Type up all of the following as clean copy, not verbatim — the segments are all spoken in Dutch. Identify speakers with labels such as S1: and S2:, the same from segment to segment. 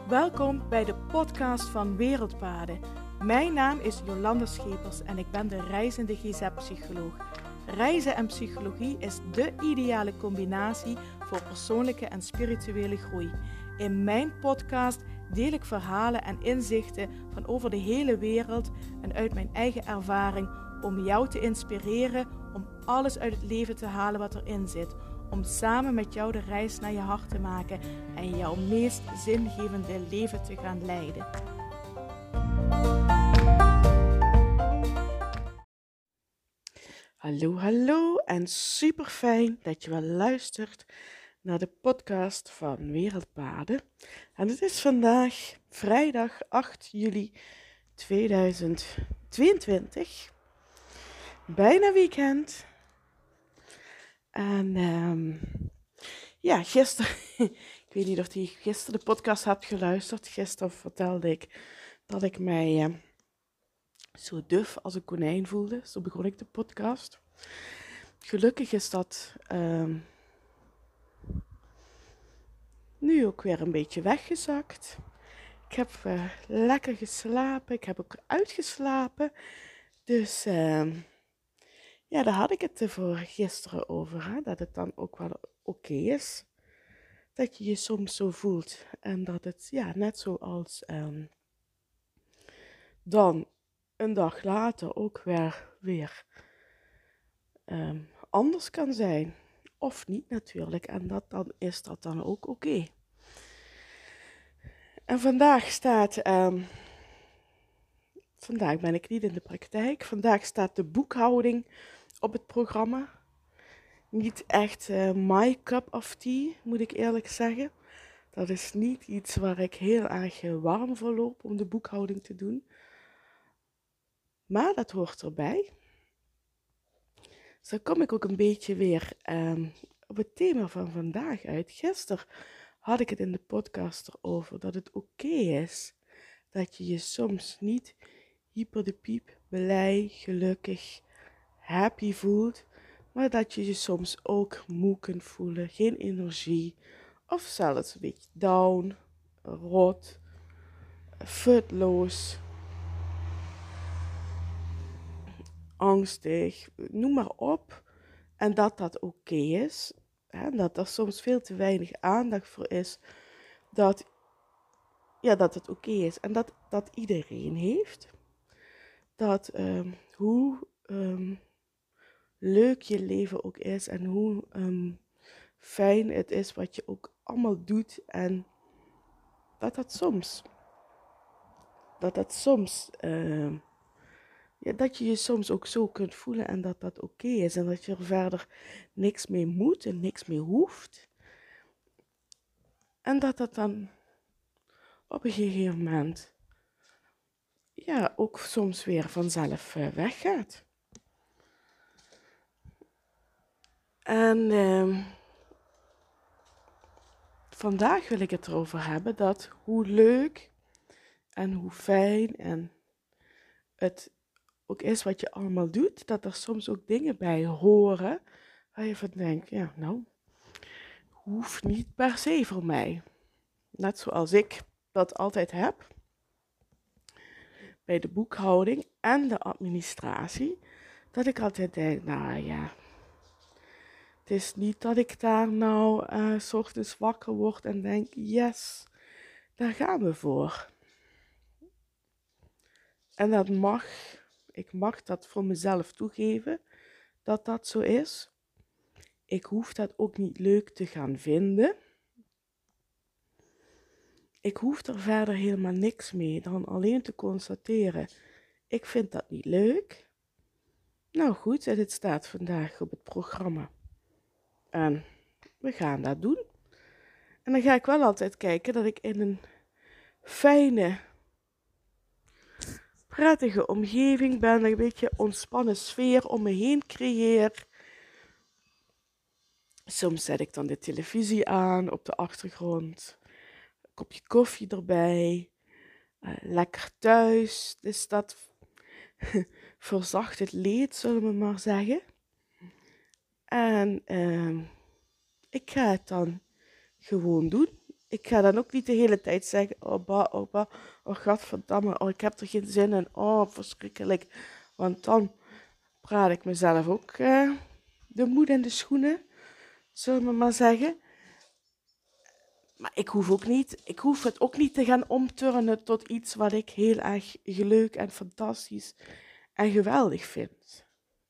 S1: Welkom bij de podcast van Wereldpaden. Mijn naam is Jolanda Schepers en ik ben de reizende GZ-psycholoog. Reizen en psychologie is de ideale combinatie voor persoonlijke en spirituele groei. In mijn podcast deel ik verhalen en inzichten van over de hele wereld en uit mijn eigen ervaring om jou te inspireren om alles uit het leven te halen wat erin zit. Om samen met jou de reis naar je hart te maken en jouw meest zingevende leven te gaan leiden. Hallo en super fijn dat je wel luistert naar de podcast van Wereldpaden. En het is vandaag vrijdag 8 juli 2022. Bijna weekend. En gisteren, ik weet niet of je gisteren de podcast hebt geluisterd. Gisteren vertelde ik dat ik mij zo duf als een konijn voelde. Zo begon ik de podcast. Gelukkig is dat nu ook weer een beetje weggezakt. Ik heb lekker geslapen. Ik heb ook uitgeslapen. Dus daar had ik het voor gisteren over. Hè? Dat het dan ook wel oké is. Dat je je soms zo voelt. En dat het net zoals dan een dag later ook weer anders kan zijn. Of niet natuurlijk. En dan is dat dan ook oké. En vandaag ben ik niet in de praktijk. Vandaag staat de boekhouding op het programma. Niet echt my cup of tea, moet ik eerlijk zeggen. Dat is niet iets waar ik heel erg warm voor loop om de boekhouding te doen. Maar dat hoort erbij. Dus dan kom ik ook een beetje weer op het thema van vandaag uit. Gisteren had ik het in de podcast erover dat het oké is dat je je soms niet hyper de piep, blij, gelukkig, happy voelt. Maar dat je je soms ook moe kunt voelen, geen energie. Of zelfs een beetje down, rot, futloos, angstig, noem maar op. En dat oké is. Hè, dat er soms veel te weinig aandacht voor is. Dat het oké is. En dat iedereen heeft. Dat hoe leuk je leven ook is. En hoe fijn het is wat je ook allemaal doet. En dat je je soms ook zo kunt voelen en dat oké is. En dat je er verder niks mee moet en niks mee hoeft. En dat dan op een gegeven moment ook soms weer vanzelf weggaat. En vandaag wil ik het erover hebben dat hoe leuk en hoe fijn en het ook is wat je allemaal doet, dat er soms ook dingen bij horen waar je van denkt, hoeft niet per se voor mij. Net zoals ik dat altijd heb bij de boekhouding en de administratie, dat ik altijd denk, het is niet dat ik daar 's ochtends wakker word en denk, yes, daar gaan we voor. En ik mag dat voor mezelf toegeven, dat dat zo is. Ik hoef dat ook niet leuk te gaan vinden. Ik hoef er verder helemaal niks mee dan alleen te constateren, ik vind dat niet leuk. Nou goed, en het staat vandaag op het programma. En we gaan dat doen. En dan ga ik wel altijd kijken dat ik in een fijne, prettige omgeving ben. Een beetje ontspannen sfeer om me heen creëer. Soms zet ik dan de televisie aan op de achtergrond. Een kopje koffie erbij. Lekker thuis. Dus dat verzacht het leed, zullen we maar zeggen. En ik ga het dan gewoon doen. Ik ga dan ook niet de hele tijd zeggen, oh gadverdamme, oh ik heb er geen zin in, oh verschrikkelijk. Want dan praat ik mezelf ook de moed in de schoenen, zullen we maar zeggen. Maar ik hoef het ook niet te gaan omturnen tot iets wat ik heel erg leuk en fantastisch en geweldig vind.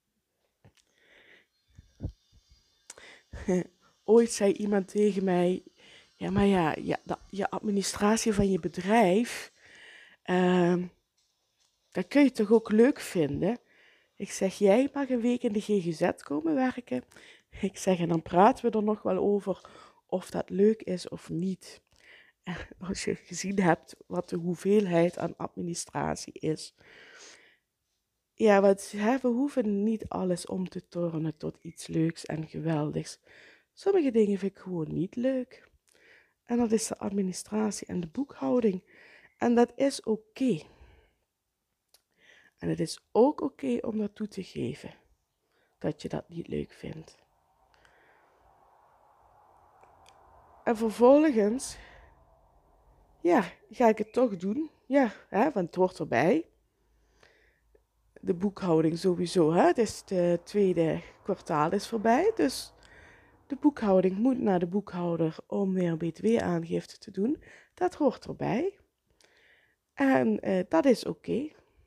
S1: Ooit zei iemand tegen mij, ja maar ja, je administratie van je bedrijf, dat kun je toch ook leuk vinden? Ik zeg, jij mag een week in de GGZ komen werken. Ik zeg, en dan praten we er nog wel over of dat leuk is of niet. Als je gezien hebt wat de hoeveelheid aan administratie is. Ja, we hoeven niet alles om te tornen tot iets leuks en geweldigs. Sommige dingen vind ik gewoon niet leuk. En dat is de administratie en de boekhouding. En dat is oké. En het is ook oké om dat toe te geven. Dat je dat niet leuk vindt. En vervolgens, ja, ga ik het toch doen. Ja, want het hoort erbij. De boekhouding sowieso, hè. Dus het tweede kwartaal is voorbij. Dus de boekhouding moet naar de boekhouder om weer een btw-aangifte te doen. Dat hoort erbij. En dat is oké.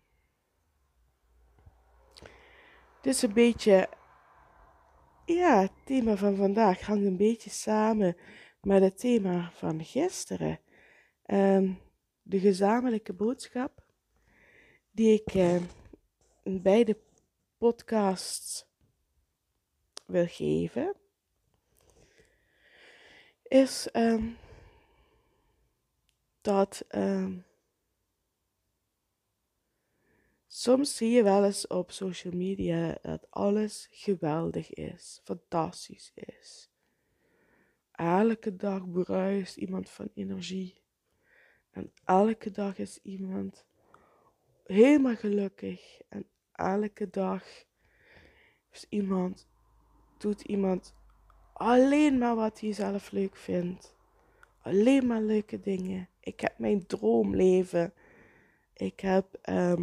S1: Dus een beetje, ja, het thema van vandaag hangt een beetje samen met het thema van gisteren. De gezamenlijke boodschap die ik in beide podcasts wil geven, is dat soms zie je wel eens op social media dat alles geweldig is, fantastisch is. Elke dag bruist iemand van energie. En elke dag is iemand helemaal gelukkig. En elke dag doet iemand alleen maar wat hij zelf leuk vindt. Alleen maar leuke dingen. Ik heb mijn droomleven. Ik heb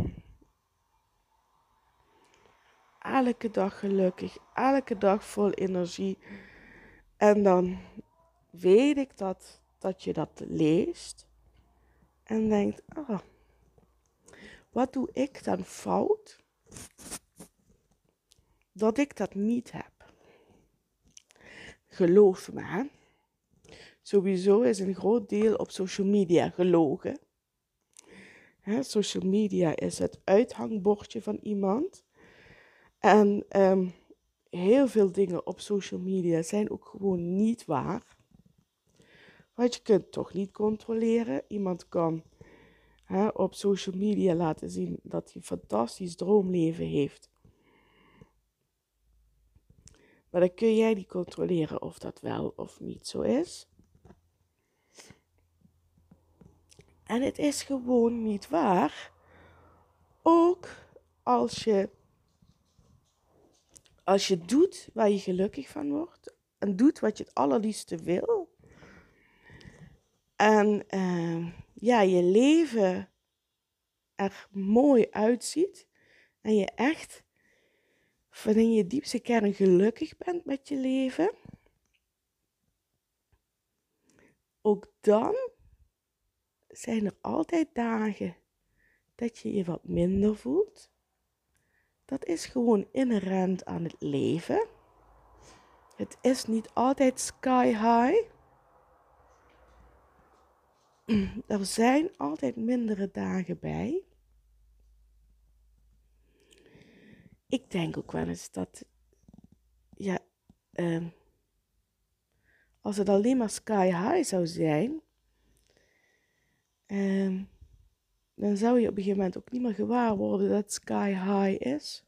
S1: elke dag gelukkig. Elke dag vol energie. En dan weet ik dat je dat leest. En denkt, wat doe ik dan fout? Dat ik dat niet heb. Geloof me, hè? Sowieso is een groot deel op social media gelogen. Social media is het uithangbordje van iemand. En heel veel dingen op social media zijn ook gewoon niet waar. Want je kunt toch niet controleren. Iemand kan op social media laten zien dat hij een fantastisch droomleven heeft. Maar dan kun jij niet controleren of dat wel of niet zo is. En het is gewoon niet waar. Ook als je doet waar je gelukkig van wordt. En doet wat je het allerliefste wil. En je leven er mooi uitziet. En je echt van in je diepste kern gelukkig bent met je leven. Ook dan zijn er altijd dagen dat je je wat minder voelt. Dat is gewoon inherent aan het leven. Het is niet altijd sky high. Er zijn altijd mindere dagen bij. Ik denk ook wel eens dat, als het alleen maar sky high zou zijn, dan zou je op een gegeven moment ook niet meer gewaar worden dat het sky high is.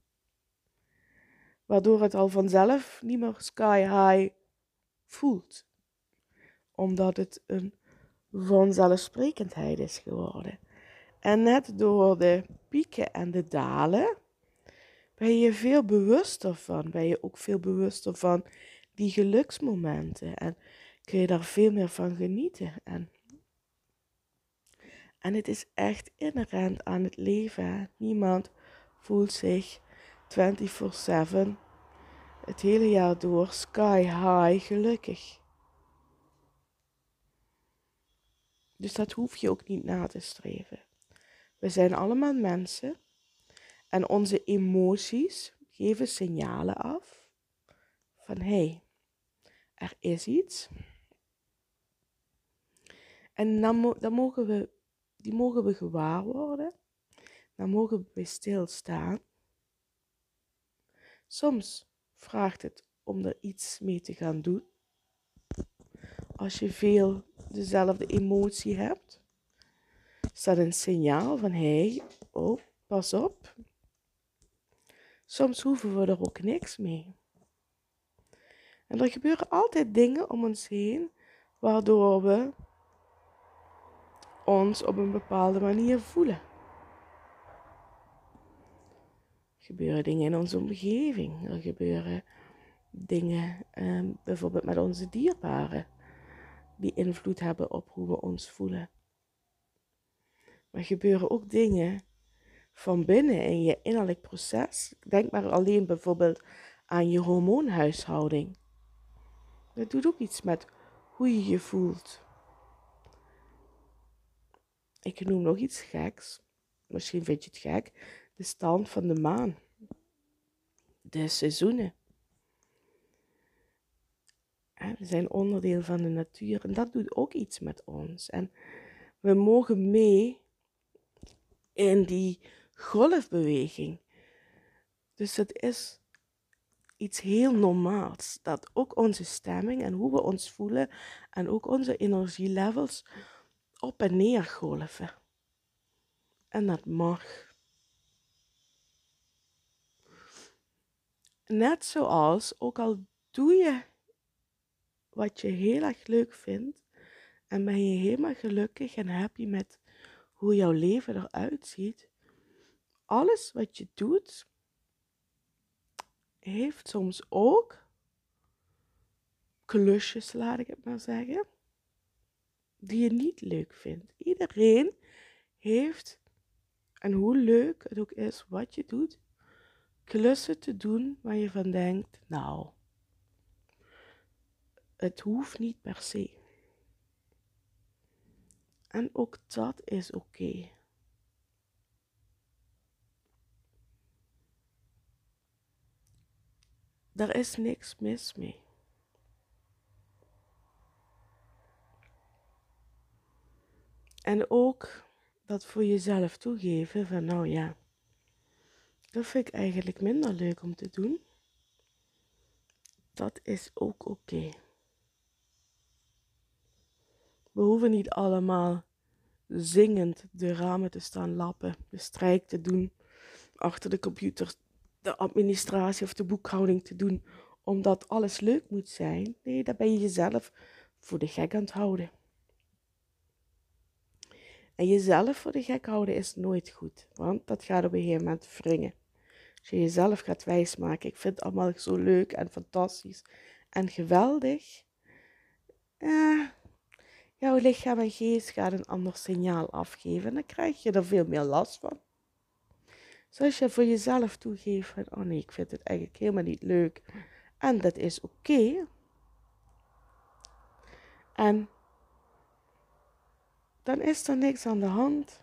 S1: Waardoor het al vanzelf niet meer sky high voelt. Omdat het een vanzelfsprekendheid is geworden. En net door de pieken en de dalen ben je veel bewuster van. Ben je ook veel bewuster van die geluksmomenten. En kun je daar veel meer van genieten. En het is echt inherent aan het leven. Hè? Niemand voelt zich 24/7 het hele jaar door sky high gelukkig. Dus dat hoef je ook niet na te streven. We zijn allemaal mensen en onze emoties geven signalen af van hé, er is iets. En dan mogen we gewaar worden. Dan mogen we bij stilstaan. Soms vraagt het om er iets mee te gaan doen. Als je veel dezelfde emotie hebt, is dat een signaal van hé, oh, pas op. Soms hoeven we er ook niks mee. En er gebeuren altijd dingen om ons heen, waardoor we ons op een bepaalde manier voelen. Er gebeuren dingen in onze omgeving. Er gebeuren dingen bijvoorbeeld met onze dierbaren, die invloed hebben op hoe we ons voelen. Maar er gebeuren ook dingen van binnen in je innerlijk proces. Denk maar alleen bijvoorbeeld aan je hormoonhuishouding. Dat doet ook iets met hoe je je voelt. Ik noem nog iets geks. Misschien vind je het gek. De stand van de maan. De seizoenen. We zijn onderdeel van de natuur. En dat doet ook iets met ons. En we mogen mee in die golfbeweging. Dus het is iets heel normaals. Dat ook onze stemming en hoe we ons voelen en ook onze energielevels op en neer golven. En dat mag. Net zoals, ook al doe je wat je heel erg leuk vindt en ben je helemaal gelukkig en happy met hoe jouw leven eruit ziet. Alles wat je doet, heeft soms ook klusjes, laat ik het maar zeggen, die je niet leuk vindt. Iedereen heeft, en hoe leuk het ook is wat je doet, klussen te doen waar je van denkt, nou, het hoeft niet per se. En ook dat is oké. Daar is niks mis mee. En ook dat voor jezelf toegeven van nou ja, dat vind ik eigenlijk minder leuk om te doen. Dat is ook oké. We hoeven niet allemaal zingend de ramen te staan lappen, de strijk te doen, achter de computer de administratie of de boekhouding te doen, omdat alles leuk moet zijn. Nee, daar ben je jezelf voor de gek aan het houden. En jezelf voor de gek houden is nooit goed, want dat gaat op een gegeven moment wringen. Als je jezelf gaat wijsmaken, ik vind het allemaal zo leuk en fantastisch en geweldig. Jouw lichaam en geest gaat een ander signaal afgeven en dan krijg je er veel meer last van. Dus als je voor jezelf toegeeft van, oh nee, ik vind het eigenlijk helemaal niet leuk en dat is oké. En dan is er niks aan de hand.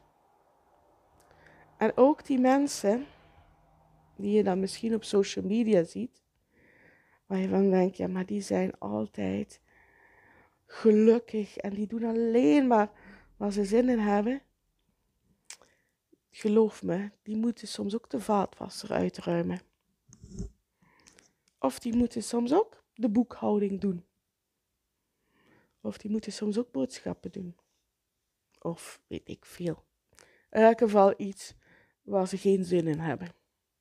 S1: En ook die mensen die je dan misschien op social media ziet, waar je van denkt, ja, maar die zijn altijd gelukkig en die doen alleen maar waar ze zin in hebben. Geloof me, die moeten soms ook de vaatwasser uitruimen. Of die moeten soms ook de boekhouding doen. Of die moeten soms ook boodschappen doen. Of weet ik veel. In elk geval iets waar ze geen zin in hebben.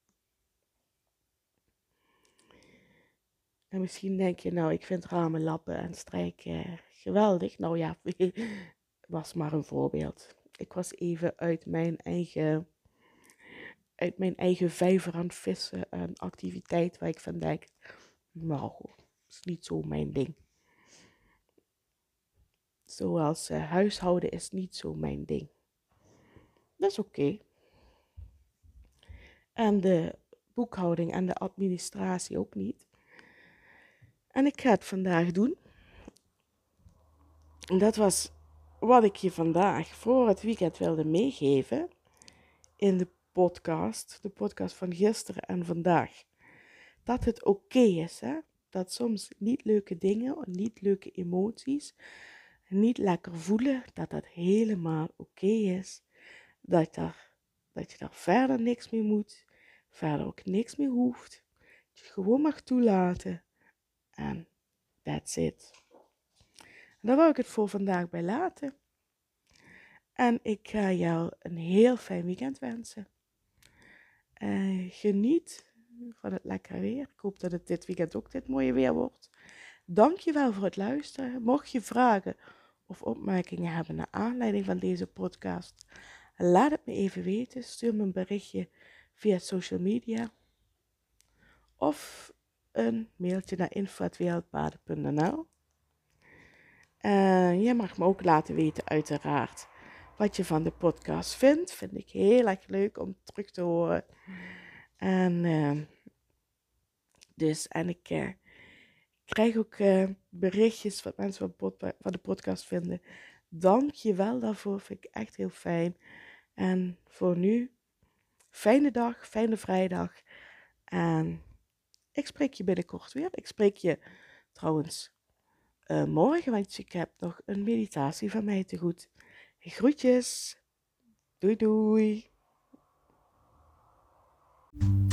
S1: En misschien denk je, nou, ik vind ramen lappen en strijken geweldig. Nou ja, was maar een voorbeeld. Ik was even uit mijn eigen vijver aan het vissen. Een activiteit waar ik van denk, nou, is niet zo mijn ding. Zoals huishouden is niet zo mijn ding. Dat is oké. En de boekhouding en de administratie ook niet. En ik ga het vandaag doen. En dat was wat ik je vandaag voor het weekend wilde meegeven in de podcast van gisteren en vandaag. Dat het oké is, hè? Dat soms niet leuke dingen, niet leuke emoties, niet lekker voelen, dat dat helemaal oké is. Dat je daar verder niks mee moet, verder ook niks mee hoeft. Dat je het gewoon mag toelaten. En that's it. En daar wou ik het voor vandaag bij laten. En ik ga jou een heel fijn weekend wensen. Geniet van het lekkere weer. Ik hoop dat het dit weekend ook dit mooie weer wordt. Dankjewel voor het luisteren. Mocht je vragen of opmerkingen hebben naar aanleiding van deze podcast, laat het me even weten. Stuur me een berichtje via social media of een mailtje naar info@wereldpaden.nl. Je mag me ook laten weten uiteraard wat je van de podcast vindt. Vind ik heel erg leuk om terug te horen. En ik krijg ook berichtjes wat mensen van de podcast vinden. Dank je wel daarvoor, vind ik echt heel fijn. En voor nu, fijne dag, fijne vrijdag. En ik spreek je binnenkort weer. Ik spreek je trouwens morgen, want ik heb nog een meditatie van mij te goed. Groetjes. Doei doei.